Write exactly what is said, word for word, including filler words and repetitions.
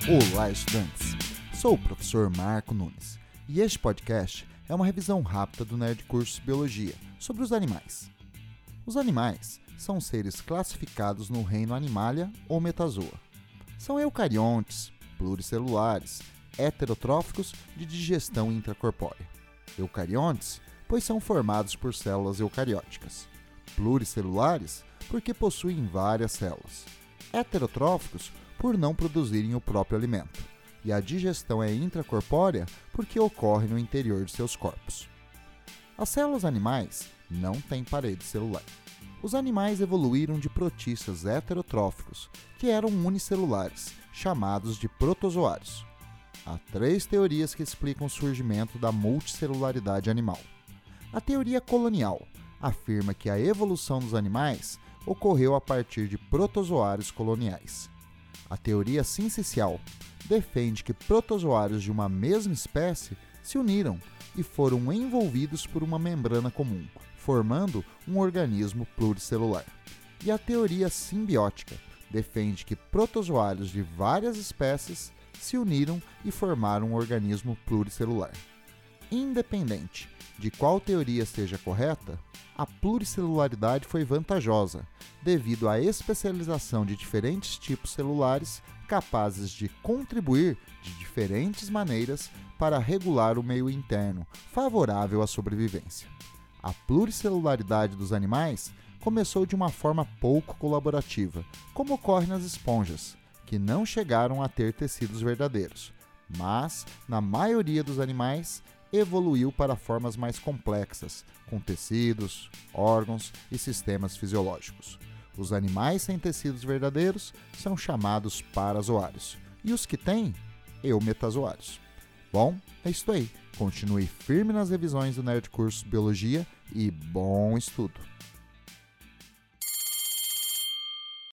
Olá, estudantes! Sou o professor Marco Nunes e este podcast é uma revisão rápida do Nerd Curso Biologia sobre os animais. Os animais são seres classificados no reino Animalia ou Metazoa. São eucariontes, pluricelulares, heterotróficos de digestão intracorpórea. Eucariontes, pois são formados por células eucarióticas. Pluricelulares, porque possuem várias células. Heterotróficos, por não produzirem o próprio alimento. E a digestão é intracorpórea porque ocorre no interior de seus corpos. As células animais não têm parede celular. Os animais evoluíram de protistas heterotróficos, que eram unicelulares, chamados de protozoários. Há três teorias que explicam o surgimento da multicelularidade animal. A teoria colonial afirma que a evolução dos animais ocorreu a partir de protozoários coloniais. A teoria sincicial defende que protozoários de uma mesma espécie se uniram e foram envolvidos por uma membrana comum, formando um organismo pluricelular. E a teoria simbiótica defende que protozoários de várias espécies se uniram e formaram um organismo pluricelular. Independente de qual teoria seja correta, a pluricelularidade foi vantajosa, devido à especialização de diferentes tipos celulares capazes de contribuir de diferentes maneiras para regular o meio interno, favorável à sobrevivência. A pluricelularidade dos animais começou de uma forma pouco colaborativa, como ocorre nas esponjas, que não chegaram a ter tecidos verdadeiros, mas, na maioria dos animais, evoluiu para formas mais complexas, com tecidos, órgãos e sistemas fisiológicos. Os animais sem tecidos verdadeiros são chamados parazoários, e os que têm, eumetazoários. Bom, é isso aí. Continue firme nas revisões do Nerd Curso Biologia e bom estudo!